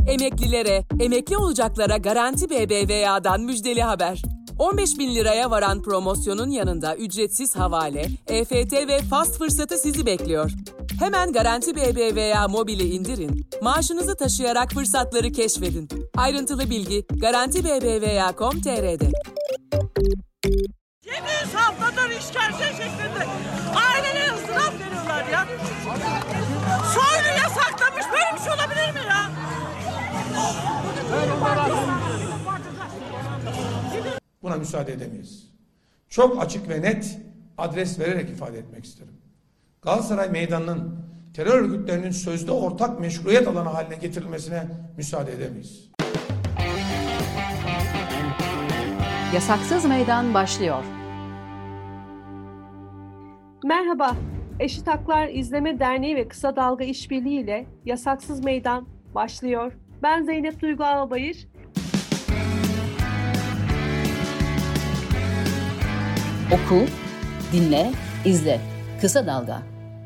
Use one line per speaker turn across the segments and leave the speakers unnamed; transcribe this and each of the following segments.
Emeklilere, emekli olacaklara Garanti BBVA'dan müjdeli haber. 15.000 liraya varan promosyonun yanında ücretsiz havale, EFT ve fast fırsatı sizi bekliyor. Hemen Garanti BBVA mobili indirin, maaşınızı taşıyarak fırsatları keşfedin. Ayrıntılı bilgi garantibbva.com.tr'de.
700 haftadır işkence şeklinde ailelere ızdırap veriyorlar ya. Soylu yasaklamış, böyle bir şey olabilir mi ya?
Buna müsaade edemeyiz. Çok açık ve net adres vererek ifade etmek isterim. Galatasaray Meydanı'nın terör örgütlerinin sözde ortak meşruiyet alanı haline getirilmesine müsaade edemeyiz.
Yasaksız Meydan başlıyor.
Merhaba, Eşit Haklar İzleme Derneği ve Kısa Dalga İşbirliği ile Yasaksız Meydan başlıyor. Ben Zeynep Duygu Ağabayır.
Oku, dinle, izle. Kısa Dalga.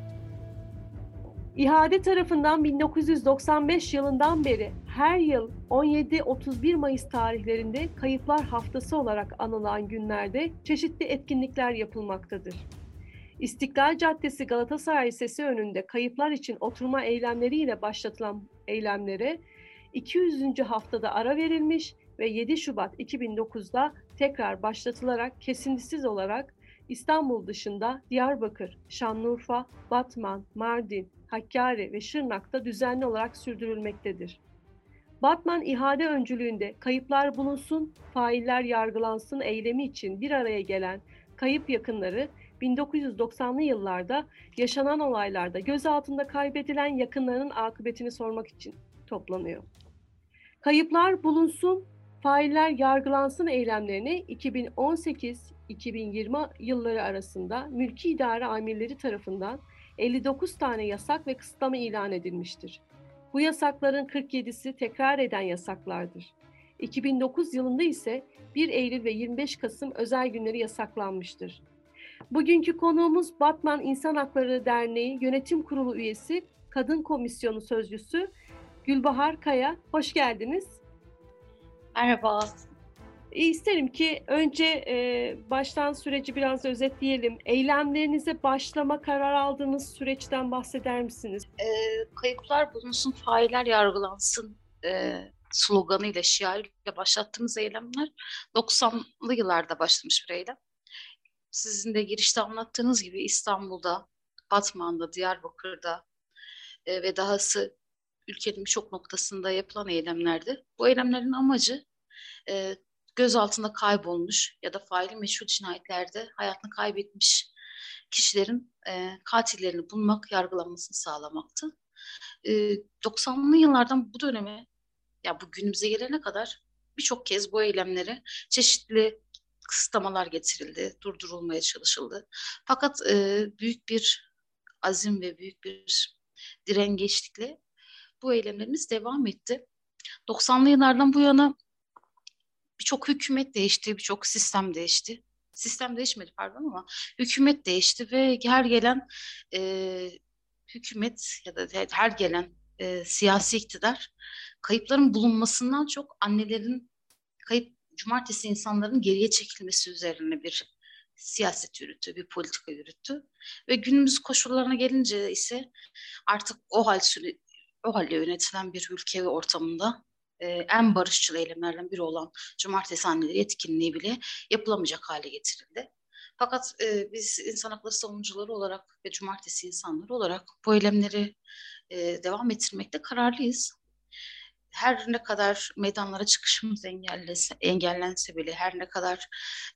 İHA'de tarafından 1995 yılından beri her yıl 17-31 Mayıs tarihlerinde Kayıplar Haftası olarak anılan günlerde çeşitli etkinlikler yapılmaktadır. İstiklal Caddesi Galatasaray Lisesi önünde kayıplar için oturma eylemleriyle başlatılan eylemlere 200. haftada ara verilmiş ve 7 Şubat 2009'da tekrar başlatılarak kesintisiz olarak İstanbul dışında Diyarbakır, Şanlıurfa, Batman, Mardin, Hakkari ve Şırnak'ta düzenli olarak sürdürülmektedir. Batman İHA'de öncülüğünde kayıplar bulunsun, failler yargılansın eylemi için bir araya gelen kayıp yakınları 1990'lı yıllarda yaşanan olaylarda gözaltında kaybedilen yakınlarının akıbetini sormak için toplanıyor. Kayıplar bulunsun, failler yargılansın eylemlerini 2018-2020 yılları arasında mülki idare amirleri tarafından 59 tane yasak ve kısıtlama ilan edilmiştir. Bu yasakların 47'si tekrar eden yasaklardır. 2009 yılında ise 1 Eylül ve 25 Kasım özel günleri yasaklanmıştır. Bugünkü konuğumuz Batman İnsan Hakları Derneği Yönetim Kurulu üyesi, Kadın Komisyonu Sözcüsü Gülbahar Kaya. Hoş geldiniz.
Merhaba.
İsterim ki önce baştan süreci biraz özetleyelim. Eylemlerinize başlama kararı aldığınız süreçten bahseder misiniz?
Kayıplar bulunsun, failler yargılansın sloganıyla, şiarıyla başlattığımız eylemler 90'lı yıllarda başlamış bir eylem. Sizin de girişte anlattığınız gibi İstanbul'da, Batman'da, Diyarbakır'da ve dahası ülkenin birçok noktasında yapılan eylemlerdi. Bu eylemlerin amacı gözaltında kaybolmuş ya da faili meçhul cinayetlerde hayatını kaybetmiş kişilerin katillerini bulmak, yargılanmasını sağlamaktı. 90'lı yıllardan bu döneme, ya bu günümüze gelene kadar birçok kez bu eylemlere çeşitli kısıtlamalar getirildi, durdurulmaya çalışıldı. Fakat büyük bir azim ve büyük bir direngeçlikle bu eylemlerimiz devam etti. 90'lı yıllardan bu yana birçok hükümet değişti, birçok sistem değişti. Sistem değişmedi pardon ama hükümet değişti ve her gelen hükümet ya da her gelen siyasi iktidar kayıpların bulunmasından çok annelerin cumartesi insanların geriye çekilmesi üzerine bir siyaset yürüttü, bir politika yürüttü. Ve günümüz koşullarına gelince ise artık o halde yönetilen bir ülke ve ortamında en barışçıl eylemlerden biri olan cumartesi anneleri etkinliği bile yapılamayacak hale getirildi. Fakat biz insan hakları savunucuları olarak ve cumartesi insanları olarak bu eylemleri devam ettirmekte kararlıyız. Her ne kadar meydanlara çıkışımız engellense bile, her ne kadar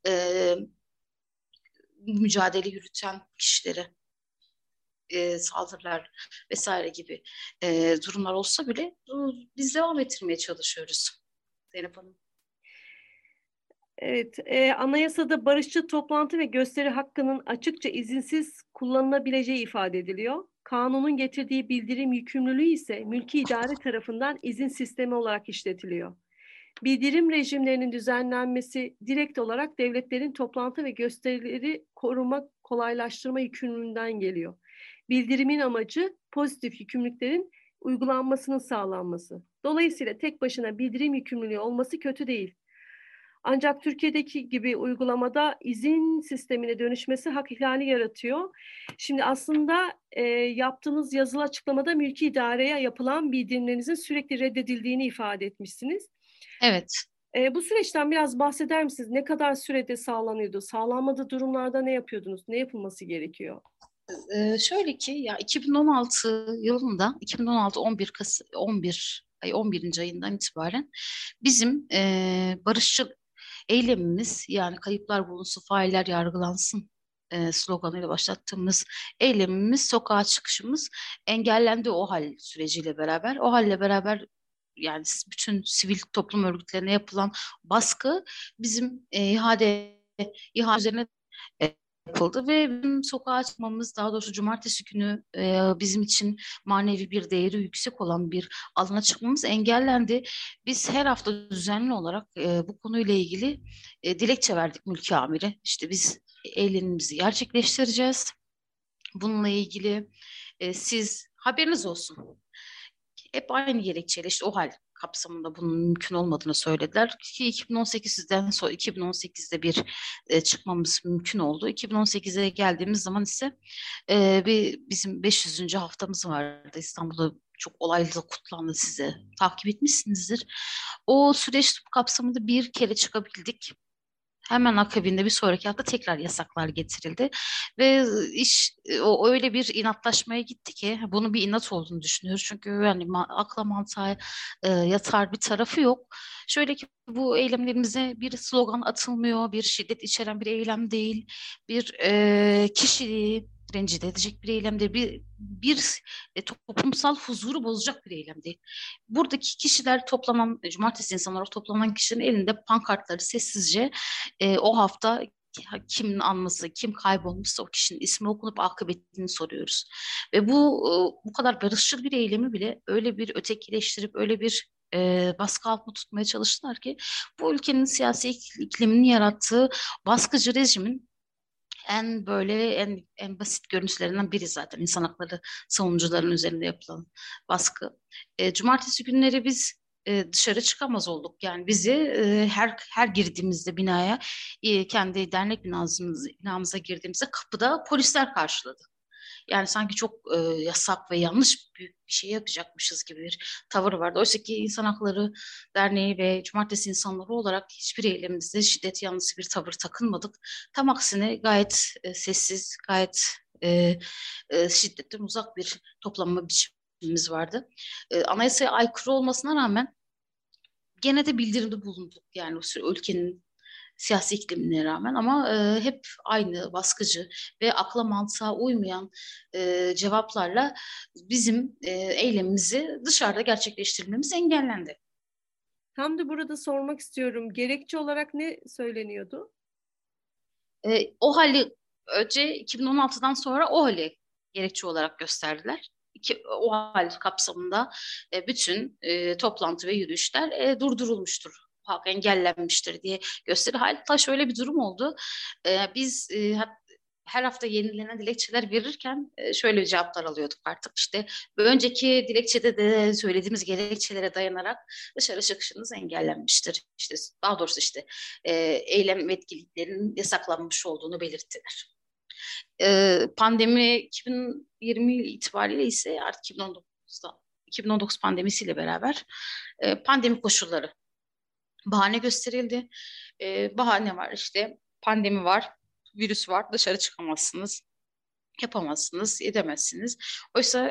mücadele yürüten kişilere saldırılar vesaire gibi durumlar olsa bile biz devam ettirmeye çalışıyoruz. Zeynep Hanım.
Evet, anayasada barışçıl toplantı ve gösteri hakkının açıkça izinsiz kullanılabileceği ifade ediliyor. Kanunun getirdiği bildirim yükümlülüğü ise mülki idare tarafından izin sistemi olarak işletiliyor. Bildirim rejimlerinin düzenlenmesi direkt olarak devletlerin toplantı ve gösterileri koruma, kolaylaştırma yükümlülüğünden geliyor. Bildirimin amacı pozitif yükümlülüklerin uygulanmasının sağlanması. Dolayısıyla tek başına bildirim yükümlülüğü olması kötü değil. Ancak Türkiye'deki gibi uygulamada izin sistemine dönüşmesi hak ihlali yaratıyor. Şimdi aslında yaptığınız yazılı açıklamada mülki idareye yapılan bildirimlerinizin sürekli reddedildiğini ifade etmişsiniz.
Evet.
Bu süreçten biraz bahseder misiniz? Ne kadar sürede sağlanıyordu? Sağlanmadığı durumlarda ne yapıyordunuz? Ne yapılması gerekiyor?
Şöyle ki ya 2016 yılında 2016 11. ayından itibaren bizim barışçıl eylemimiz, yani kayıplar bulunsun, failler yargılansın sloganıyla başlattığımız eylemimiz, sokağa çıkışımız engellendi o hal süreciyle beraber. O halle beraber yani bütün sivil toplum örgütlerine yapılan baskı bizim ihale üzerine yapıldı ve bizim sokağa çıkmamız, daha doğrusu cumartesi günü bizim için manevi bir değeri yüksek olan bir alana çıkmamız engellendi. Biz her hafta düzenli olarak bu konuyla ilgili dilekçe verdik mülki amire. İşte biz eylemimizi gerçekleştireceğiz. Bununla ilgili siz haberiniz olsun. Hep aynı gerekçeyle işte o hal kapsamında bunun mümkün olmadığını söylediler ki 2018'de bir çıkmamız mümkün oldu. 2018'e geldiğimiz zaman ise bizim 500. haftamız vardı. İstanbul'da çok olaylı da kutlandı, size takip etmişsinizdir. O süreç kapsamında bir kere çıkabildik. Hemen akabinde bir sonraki hafta tekrar yasaklar getirildi ve iş o öyle bir inatlaşmaya gitti ki bunun bir inat olduğunu düşünüyoruz. Çünkü yani akla mantığa yatar bir tarafı yok. Şöyle ki bu eylemlerimize bir slogan atılmıyor, bir şiddet içeren bir eylem değil, bir kişiliği rencide edecek bir eylem değil, toplumsal huzuru bozacak bir eylem değil. Buradaki kişiler toplanan, cumartesi insanlar toplanan kişilerin elinde pankartları sessizce o hafta kimin anması, kim kaybolmuşsa o kişinin ismi okunup akıbetini soruyoruz. Ve bu kadar barışçıl bir eylemi bile öyle bir ötekileştirip öyle bir baskı altında tutmaya çalıştılar ki bu ülkenin siyasi ikliminin yarattığı baskıcı rejimin en basit görüntülerinden biri zaten insan hakları savunucuların üzerinde yapılan baskı. Cumartesi günleri biz dışarı çıkamaz olduk. Yani bizi her girdiğimizde binaya, kendi dernek binamıza girdiğimizde kapıda polisler karşıladı. Yani sanki çok yasak ve yanlış büyük bir şey yapacakmışız gibi bir tavır vardı. Oysa ki İnsan Hakları Derneği ve Cumartesi insanları olarak hiçbir eylemimizde şiddet yanlısı bir tavır takınmadık. Tam aksine gayet sessiz, gayet şiddetten uzak bir toplanma biçimimiz vardı. Anayasaya aykırı olmasına rağmen gene de bildirimde bulunduk. Yani ülkenin siyasi iklimine rağmen, ama hep aynı baskıcı ve akla mantığa uymayan cevaplarla bizim eylemimizi dışarıda gerçekleştirmemiz engellendi.
Tam da burada sormak istiyorum. Gerekçe olarak ne söyleniyordu?
O hali önce 2016'dan sonra o hali gerekçe olarak gösterdiler. O hal kapsamında bütün toplantı ve yürüyüşler durdurulmuştur, halk engellenmiştir diye gösteri. Hatta şöyle bir durum oldu. Biz her hafta yenilenen dilekçeler verirken şöyle cevaplar alıyorduk artık. İşte önceki dilekçede de söylediğimiz gerekçelere dayanarak dışarı çıkışınız engellenmiştir. İşte daha doğrusu işte eylem ve etkinliklerin yasaklanmış olduğunu belirttiler. Pandemi 2020 itibariyle ise artık 2019 pandemisiyle beraber pandemi koşulları bahane gösterildi. Bahane var, işte pandemi var, virüs var, dışarı çıkamazsınız, yapamazsınız, edemezsiniz. Oysa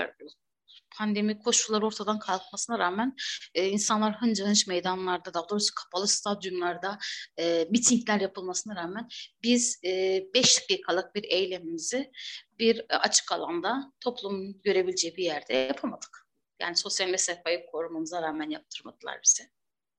pandemi koşulları ortadan kalkmasına rağmen insanlar hınca hınç meydanlarda, daha doğrusu kapalı stadyumlarda mitingler yapılmasına rağmen biz 5 dakikalık bir eylemimizi bir açık alanda, toplumun görebileceği bir yerde yapamadık. Yani sosyal mesafeyi korumamıza rağmen yaptırmadılar bize.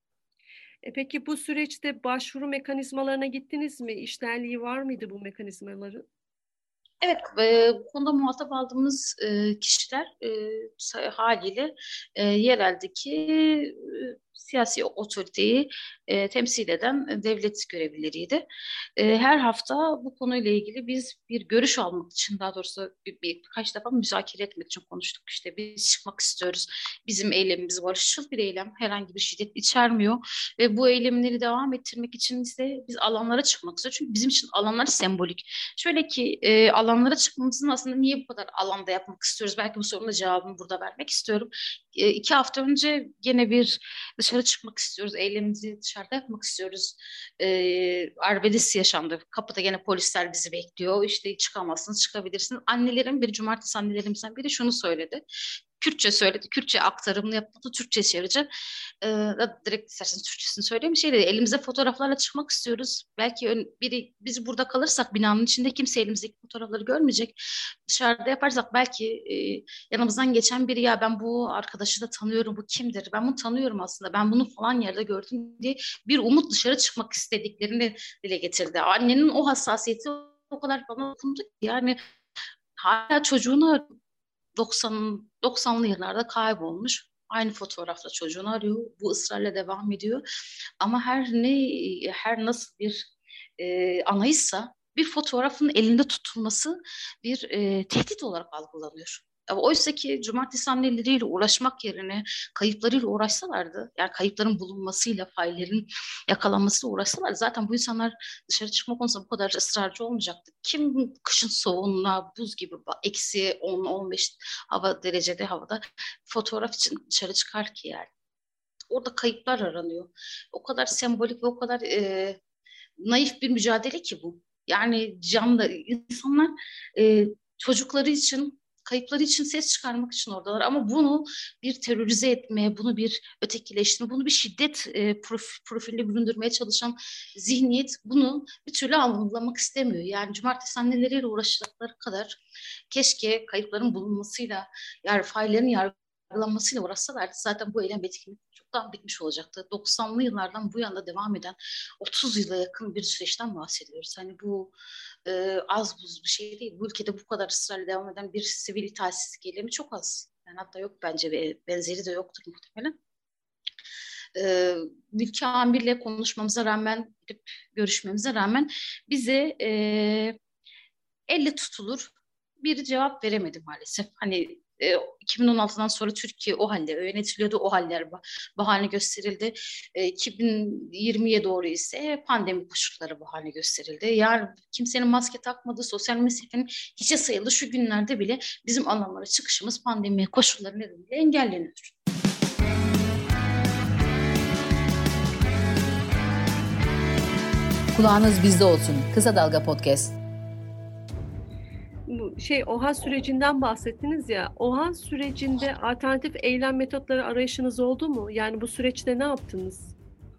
Peki bu süreçte başvuru mekanizmalarına gittiniz mi? İşlerliği var mıydı bu mekanizmaların?
Evet, bu konuda muhatap aldığımız kişiler haliyle yereldeki siyasi otoriteyi temsil eden devlet görevlileriydi. Her hafta bu konuyla ilgili biz bir görüş almak için, daha doğrusu birkaç defa müzakere etmek için konuştuk. İşte biz çıkmak istiyoruz. Bizim eylemimiz barışçıl bir eylem. Herhangi bir şiddet içermiyor. Ve bu eylemleri devam ettirmek için ise biz alanlara çıkmak istiyoruz. Çünkü bizim için alanlar sembolik. Şöyle ki alanlara çıkmamızın aslında niye bu kadar alanda yapmak istiyoruz? Belki bu sorunun cevabını burada vermek istiyorum. 2 hafta önce gene bir dışarı çıkmak istiyoruz. Eylemimizi dışarıda yapmak istiyoruz. Arbedesi yaşandı. Kapıda gene polisler bizi bekliyor. İşte çıkamazsınız, çıkabilirsiniz. Cumartesi annelerimizden biri şunu söyledi. Kürtçe söyledi. Kürtçe aktarımını yapmadı. Türkçe çevireceğim. Direkt isterseniz Türkçesini söyleyeyim. Bir şey dedi. Elimize fotoğraflarla çıkmak istiyoruz. Belki biz burada kalırsak binanın içinde kimse elimizdeki fotoğrafları görmeyecek. Dışarıda yaparsak belki yanımızdan geçen biri ya ben bu arkadaşı da tanıyorum. Bu kimdir? Ben bunu tanıyorum aslında. Ben bunu falan yerde gördüm diye bir umut dışarı çıkmak istediklerini dile getirdi. Annenin o hassasiyeti o kadar bana dokundu ki yani hala çocuğunu 90'lı yıllarda kaybolmuş. Aynı fotoğrafla çocuğunu arıyor. Bu ısrarla devam ediyor. Ama her nasıl bir anaysa bir fotoğrafın elinde tutulması bir tehdit olarak algılanıyor. Oysa ki cumartesi anneleriyle uğraşmak yerine kayıplarıyla uğraşsalardı, yani kayıpların bulunmasıyla, faillerin yakalanmasıyla uğraşsalardı zaten bu insanlar dışarı çıkma konusunda bu kadar ısrarcı olmayacaktı. Kim kışın soğuğuna buz gibi eksi 10-15 derecede havada fotoğraf için dışarı çıkar ki yani. Orada kayıplar aranıyor. O kadar sembolik ve o kadar naif bir mücadele ki bu. Yani insanlar çocukları için, kayıpları için ses çıkarmak için oradalar. Ama bunu bir terörize etmeye, bunu bir ötekileştirme, bunu bir şiddet profiline büründürmeye çalışan zihniyet bunu bir türlü anlamak istemiyor. Yani cumartesi anneleriyle uğraşacakları kadar keşke kayıpların bulunmasıyla, yani faillerin yargılanmasıyla uğraşsalardı zaten bu eylem etkinliği çoktan bitmiş olacaktı. 90'lı yıllardan bu yana devam eden 30 yıla yakın bir süreçten bahsediyoruz. Hani bu az buz bir şey değil. Bu ülkede bu kadar ısrarla devam eden bir sivil itaatsizlik eylemi çok az. Yani hatta yok bence ve benzeri de yoktur muhtemelen. Mülki amirle konuşmamıza rağmen, gidip görüşmemize rağmen bize elle tutulur bir cevap veremedi maalesef. Hani 2016'dan sonra Türkiye o halde yönetiliyordu, o haller bahane gösterildi. 2020'ye doğru ise pandemi koşulları bahane gösterildi. Yani kimsenin maske takmadığı, sosyal mesafenin hiçe sayıldığı şu günlerde bile bizim alanlara çıkışımız pandemi koşulları nedeniyle engelleniyor.
Kulağınız bizde olsun. Kısa Dalga Podcast.
Bu OHA sürecinden bahsettiniz ya. OHA sürecinde alternatif eylem metotları arayışınız oldu mu? Yani bu süreçte ne yaptınız?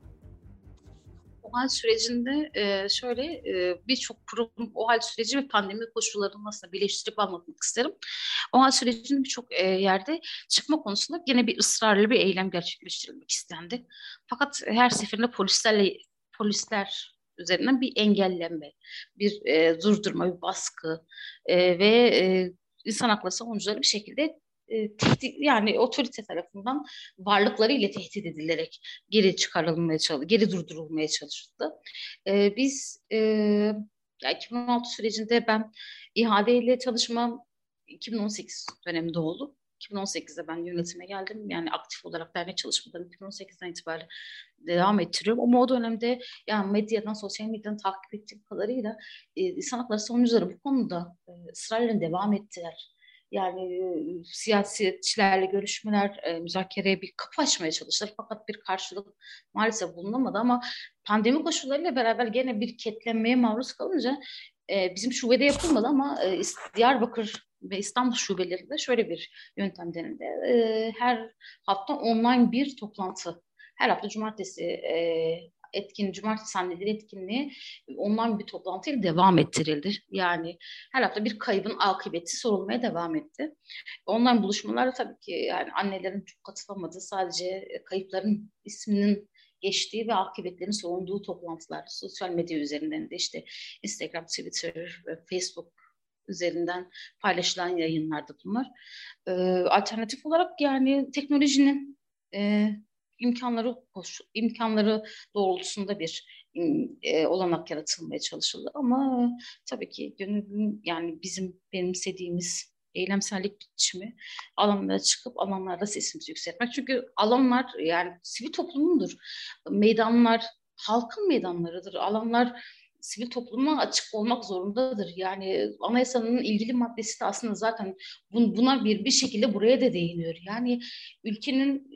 OHAL sürecinde birçok program, OHAL süreci ve pandemi koşullarını aslında birleştirip anlatmak isterim. OHAL sürecinde birçok yerde çıkma konusunda gene bir ısrarlı bir eylem gerçekleştirilmek istendi. Fakat her seferinde polisler üzerinden bir engellenme, bir durdurma, bir baskı ve insan hakları savunucuları bir şekilde yani otorite tarafından varlıklarıyla tehdit edilerek geri durdurulmaya çalışıldı. Biz 2016 sürecinde ben ihadeyle çalışmam 2018 döneminde oldu. 2018'de ben yönetime geldim. Yani aktif olarak dernek çalışmalarını 2018'den itibaren devam ettiriyorum. Ama o dönemde yani medyadan, sosyal medyadan takip ettiğim kadarıyla insan hakları savunucuları bu konuda ısrarla devam ettiler. Yani siyasetçilerle görüşmeler, müzakereye bir kapı açmaya çalıştılar. Fakat bir karşılık maalesef bulunamadı ama pandemi koşullarıyla beraber gene bir ketlenmeye maruz kalınca bizim şubede yapılmadı ama Diyarbakır ve İstanbul şubelerinde şöyle bir yöntem denildi. Her hafta online bir toplantı. Her hafta cumartesi cumartesi anneleri etkinliği online bir toplantıyla devam ettirildi. Yani her hafta bir kaybın akıbeti sorulmaya devam etti. Online buluşmalarda tabii ki yani annelerin çok katılamadığı, sadece kayıpların isminin geçtiği ve akıbetlerin sorulduğu toplantılar. Sosyal medya üzerinden de işte Instagram, Twitter, Facebook üzerinden paylaşılan yayınlardı bunlar. Alternatif olarak yani teknolojinin imkanları doğrultusunda bir olanak yaratılmaya çalışıldı. Ama tabii ki gönüllünün, yani bizim benimsediğimiz eylemsellik biçimi alanlara çıkıp alanlarda sesimizi yükseltmek. Çünkü alanlar yani sivil toplumundur. Meydanlar halkın meydanlarıdır. Alanlar sivil topluma açık olmak zorundadır. Yani anayasanın ilgili maddesi de aslında zaten buna bir şekilde buraya da değiniyor. Yani ülkenin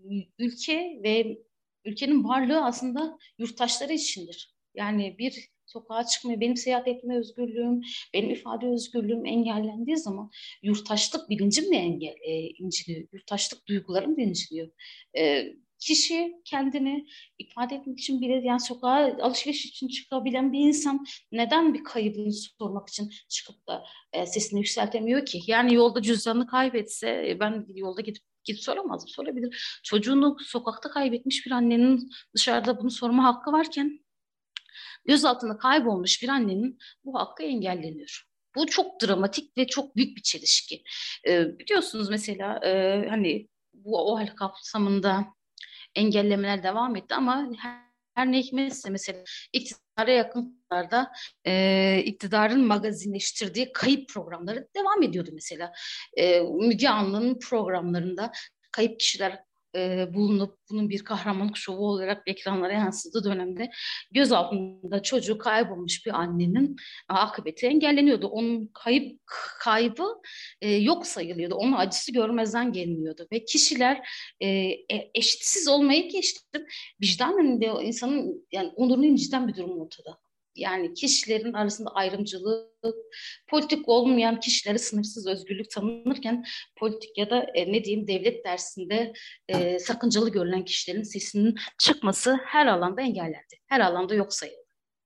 ülkenin varlığı aslında yurttaşları içindir. Yani bir sokağa çıkmaya, benim seyahat etme özgürlüğüm, benim ifade özgürlüğüm engellendiği zaman yurttaşlık bilincim de inceliyor. Yurttaşlık duygularım da inceliyor. Kişi kendini ifade etmek için bile, yani sokağa alışveriş için çıkabilen bir insan neden bir kaybını sormak için çıkıp da sesini yükseltemiyor ki? Yani yolda cüzdanını kaybetse ben yolda gidip soramaz mı? Sorabilir. Çocuğunu sokakta kaybetmiş bir annenin dışarıda bunu sorma hakkı varken gözaltında kaybolmuş bir annenin bu hakkı engelleniyor. Bu çok dramatik ve çok büyük bir çelişki. Biliyorsunuz mesela hani bu OHAL kapsamında engellemeler devam etti ama her ne hikmetse mesela iktidara yakınlarda iktidarın magazinleştirdiği kayıp programları devam ediyordu mesela. Müge Anlı'nın programlarında kayıp kişiler bulunup bunun bir kahramanlık şovu olarak ekranlara yansıdığı dönemde gözaltında çocuğu kaybolmuş bir annenin akıbeti engelleniyordu. Onun kaybı yok sayılıyordu. Onun acısı görmezden geliniyordu ve kişiler eşitsiz olmayı geçtim. Vicdanen de insanın yani onurunu inciten bir durum ortada. Yani kişilerin arasında ayrımcılık, politik olmayan kişilere sınırsız özgürlük tanınırken politik ya da ne diyeyim devlet dersinde sakıncalı görülen kişilerin sesinin çıkması her alanda engellendi. Her alanda yok sayıldı.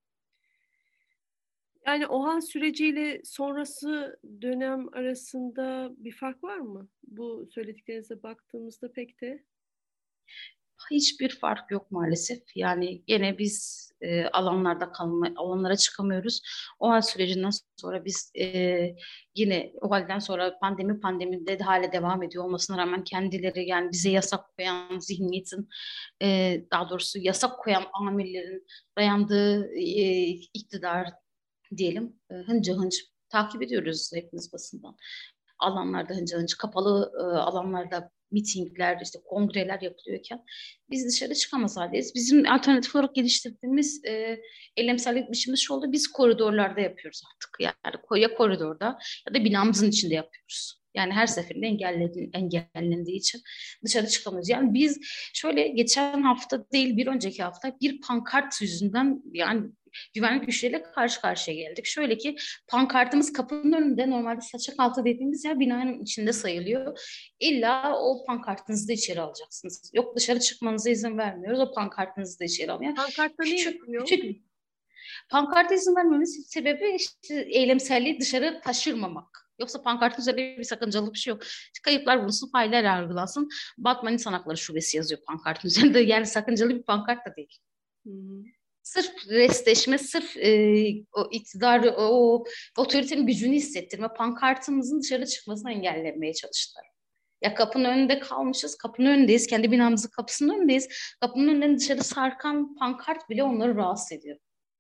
Yani OHAL süreciyle sonrası dönem arasında bir fark var mı? Bu söylediklerinize baktığımızda pek de.
Hiçbir fark yok maalesef. Yani gene biz alanlara çıkamıyoruz. OHAL sürecinden sonra biz yine OHAL'den sonra pandemide de hala devam ediyor olmasına rağmen kendileri yani bize yasak koyan zihniyetin daha doğrusu yasak koyan amirlerin dayandığı iktidar diyelim hınca hınç takip ediyoruz hepimiz basından. Alanlarda hınca hınç kapalı alanlarda mitingler, işte kongreler yapılıyorken biz dışarı çıkamaz haldeyiz. Bizim alternatif olarak geliştirdiğimiz eylemsellik biçimimiz şu oldu. Biz koridorlarda yapıyoruz artık. Yani ya koridorda ya da binamızın içinde yapıyoruz. Yani her seferinde engellendiği için dışarı çıkamıyoruz. Yani biz şöyle geçen hafta değil bir önceki hafta bir pankart yüzünden yani güvenlik güçleriyle karşı karşıya geldik. Şöyle ki pankartımız kapının önünde, normalde saçak altı dediğimiz yer binanın içinde sayılıyor. İlla o pankartınızı da içeri alacaksınız. Yok dışarı çıkmanıza izin vermiyoruz. O pankartınızı da içeri alın.
Pankartta ne yazıyor?
Pankarta izin vermemizin sebebi işte eylemselliği dışarı taşırmamak. Yoksa pankartın üzerinde bir sakıncalı bir şey yok. Kayıplar bulunsun, failler yargılansın. Batman İnsan Hakları Şubesi yazıyor pankartın üzerinde. Yani sakıncalı bir pankart da değil.
Hı-hı.
Sırf restleşme, sırf o iktidarı, o otoritenin gücünü hissettirme, pankartımızın dışarı çıkmasını engellemeye çalıştılar. Ya kapının önünde kalmışız, kapının önündeyiz, kendi binamızın kapısının önündeyiz. Kapının önünden dışarı sarkan pankart bile onları rahatsız ediyor.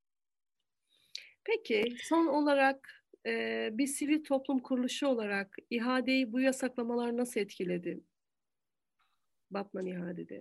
Peki son olarak bir sivil toplum kuruluşu olarak İHA'deyi bu yasaklamalar nasıl etkiledi? Batman İHA'de.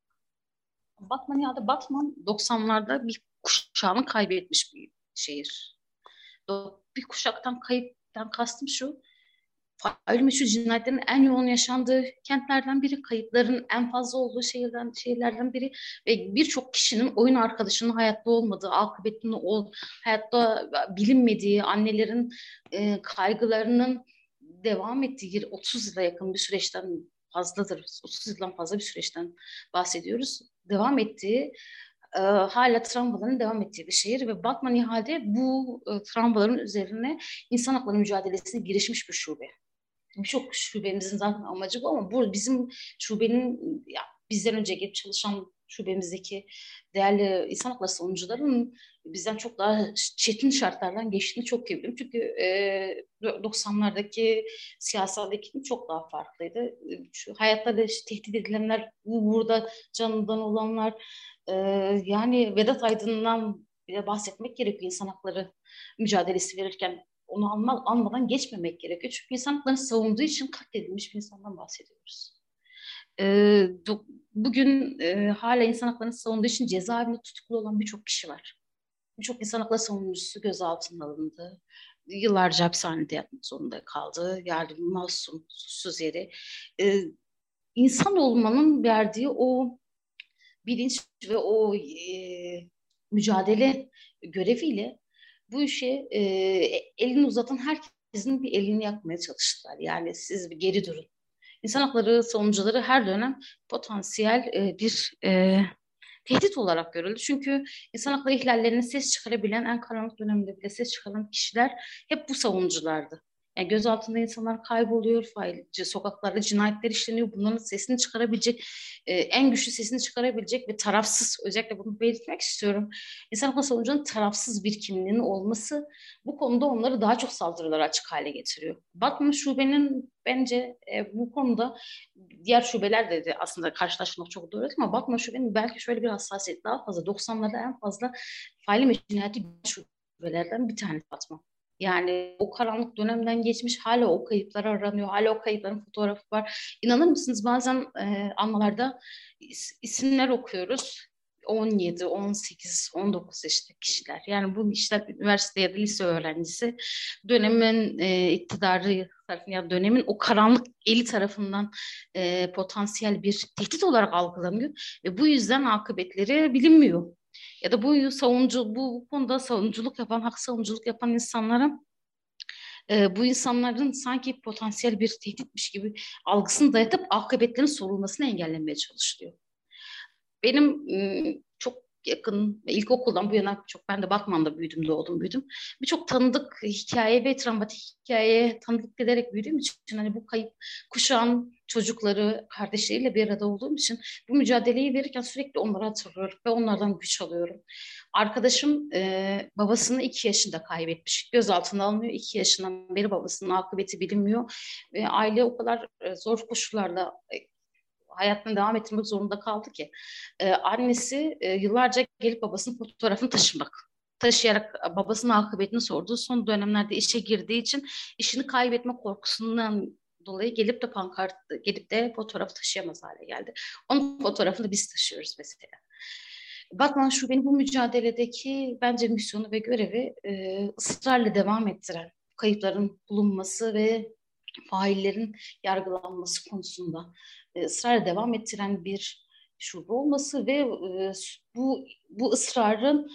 Batman 90'larda bir kuşağını kaybetmiş bir şehir. Bir kuşaktan kayıptan kastım şu, fail meşhur cinayetlerin en yoğun yaşandığı kentlerden biri, kayıpların en fazla olduğu şehirlerden biri ve birçok kişinin oyun arkadaşının hayatta olmadığı, akıbetinin hayatta bilinmediği, annelerin kaygılarının devam ettiği 30 yıla yakın bir süreçten fazladır. 30 yıldan fazla bir süreçten bahsediyoruz. Devam ettiği, hala travmaların devam ettiği bir şehir ve Batman İHA'de bu travmaların üzerine insan hakları mücadelesine girişmiş bir şube. Birçok şubemizin zaten amacı bu ama bu bizim şubenin bizden önce gelip çalışan şubemizdeki değerli insan hakları savunucuların bizden çok daha çetin şartlardan geçtiğini çok iyi biliyorum. Çünkü 90'lardaki siyasal iklim çok daha farklıydı. Şu hayatta da tehdit edilenler, burada canından olanlar, yani Vedat Aydın'dan bile bahsetmek gerekiyor insan hakları mücadelesi verirken. Onu almadan geçmemek gerekiyor. Çünkü insan haklarını savunduğu için katledilmiş bir insandan bahsediyoruz. Bugün hala insan haklarını savunduğu için cezaevinde tutuklu olan birçok kişi var. Birçok insan hakları savunucusu gözaltına alındı. Yıllarca hapishanede yatmak zorunda kaldı. Yani masum, suçsuz yere. İnsan olmanın verdiği o bilinç ve o mücadele göreviyle bu işe elini uzatan herkesin bir elini yakmaya çalıştılar. Yani siz bir geri durun. İnsan hakları savunucuları her dönem potansiyel bir tehdit olarak görüldü. Çünkü insan hakları ihlallerine ses çıkarabilen, en karanlık dönemde bile ses çıkaran kişiler hep bu savunuculardı. Yani gözaltında insanlar kayboluyor, failci sokaklarda cinayetler işleniyor. Bunların sesini çıkarabilecek, en güçlü sesini çıkarabilecek ve tarafsız, özellikle bunu belirtmek istiyorum. İnsan hakları savunucunun tarafsız bir kimliğinin olması bu konuda onları daha çok saldırılara açık hale getiriyor. Batman Şube'nin bence bu konuda diğer şubeler de aslında karşılaşmak çok doğru ama Batman Şube'nin belki şöyle bir hassasiyet daha fazla. 90'larda en fazla faili ve cinayeti şubelerden bir tanesi Batman. Yani o karanlık dönemden geçmiş, hala o kayıplar aranıyor, hala o kayıpların fotoğrafı var. İnanır mısınız bazen anmalarda isimler okuyoruz. 17, 18, 19 yaşındaki kişiler. Yani bu kişiler üniversite ya da lise öğrencisi. Dönemin iktidarı tarafından, ya dönemin o karanlık eli tarafından potansiyel bir tehdit olarak algılanıyor. Ve bu yüzden akıbetleri bilinmiyor. Ya da bu konuda savunuculuk yapan, hak savunuculuk yapan insanlara bu insanların sanki potansiyel bir tehditmiş gibi algısını dayatıp akıbetlerin sorulmasını engellemeye çalışılıyor. Benim çok yakın, ilkokuldan bu yana ben de Batman'da büyüdüm. Birçok tanıdık hikaye ve travmatik hikayeye tanıdık ederek büyüdüğüm için hani bu kayıp kuşağın çocukları, kardeşleriyle bir arada olduğum için bu mücadeleyi verirken sürekli onları hatırlıyorum ve onlardan güç alıyorum. Arkadaşım babasını 2 yaşında kaybetmiş. Gözaltına alınıyor. 2 yaşından beri babasının akıbeti bilinmiyor. Ve aile o kadar zor koşullarda hayatını devam ettirmek zorunda kaldı ki annesi yıllarca gelip babasının fotoğrafını taşıyarak babasının akıbetini sordu. Son dönemlerde işe girdiği için işini kaybetme korkusundan dolayı gelip de fotoğrafı taşıyamaz hale geldi. Onun fotoğrafını biz taşıyoruz mesela. Batman Şube'nin bu mücadeledeki bence misyonu ve görevi ısrarla devam ettiren kayıpların bulunması ve faillerin yargılanması konusunda ısrarla devam ettiren bir şube olması ve bu ısrarın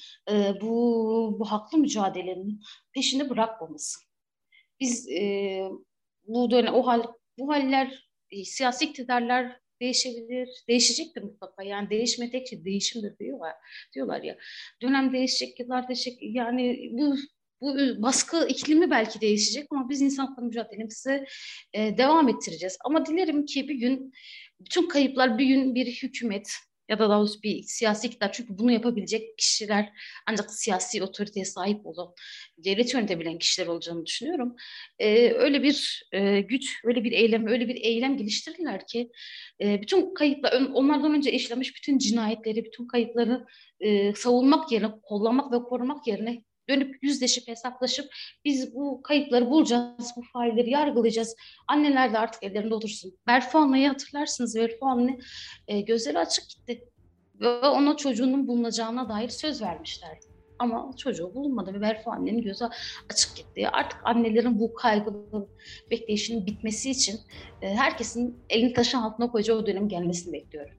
bu haklı mücadelenin peşini bırakmaması. Biz bu dönem bu haller siyasi iktidarlar değişebilir, değişecektir mutlaka. Yani değişme tek şey değişimdir diyorlar ya. Dönem değişecek, yıllar değişecek. Yani bu baskı iklimi belki değişecek ama biz insan hakları mücadelemize devam ettireceğiz. Ama dilerim ki bir gün bütün kayıplar bir gün bir hükümet ya da daha doğrusu bir siyasi iktidar, çünkü bunu yapabilecek kişiler ancak siyasi otoriteye sahip olan, devleti yönetebilen kişiler olacağını düşünüyorum. Öyle bir güç, öyle bir eylem geliştirirler ki bütün kayıplar, onlardan önce işlenmiş bütün cinayetleri, bütün kayıpları savunmak yerine, kollamak ve korumak yerine dönüp yüzleşip hesaplaşıp biz bu kayıpları bulacağız, bu failleri yargılayacağız. Anneler de artık ellerinde otursun. Berfu Anne'yi hatırlarsınız. Berfu Anne gözleri açık gitti. Ve ona çocuğunun bulunacağına dair söz vermişlerdi. Ama çocuğu bulunmadı ve Berfu Anne'nin gözü açık gitti. Artık annelerin bu kaygılı bekleyişinin bitmesi için herkesin elini taşın altına koyacağı o dönem gelmesini bekliyorum.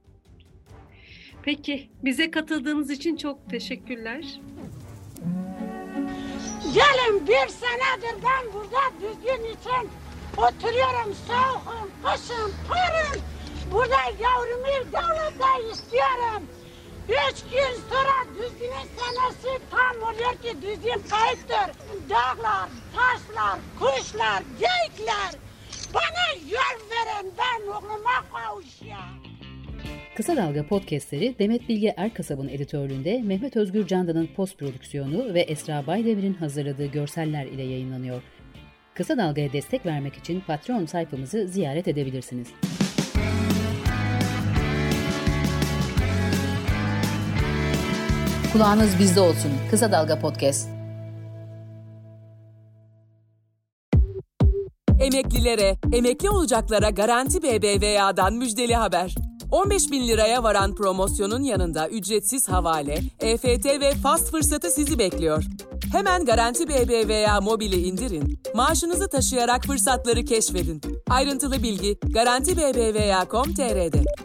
Peki, bize katıldığınız için çok teşekkürler.
Gelin 1 senedir ben burada düzgün için oturuyorum, soğukum, kışın, karın. Burada yavrumu devlete istiyorum. 3 gün sonra düzgünün senesi tam oluyor ki düzgün kayıptır. Dağlar, taşlar, kuşlar, geyikler. Bana yol verin, ben oğluma kavuşayım.
Kısa Dalga podcastleri Demet Bilge Erkasab'ın editörlüğünde Mehmet Özgür Candan'ın post prodüksiyonu ve Esra Baydemir'in hazırladığı görseller ile yayınlanıyor. Kısa Dalga'ya destek vermek için Patreon sayfamızı ziyaret edebilirsiniz. Kulağınız bizde olsun. Kısa Dalga Podcast.
Emeklilere, emekli olacaklara Garanti BBVA'dan müjdeli haber. 15.000 liraya varan promosyonun yanında ücretsiz havale, EFT ve fast fırsatı sizi bekliyor. Hemen Garanti BBVA mobili indirin, maaşınızı taşıyarak fırsatları keşfedin. Ayrıntılı bilgi garantibbva.com.tr'de.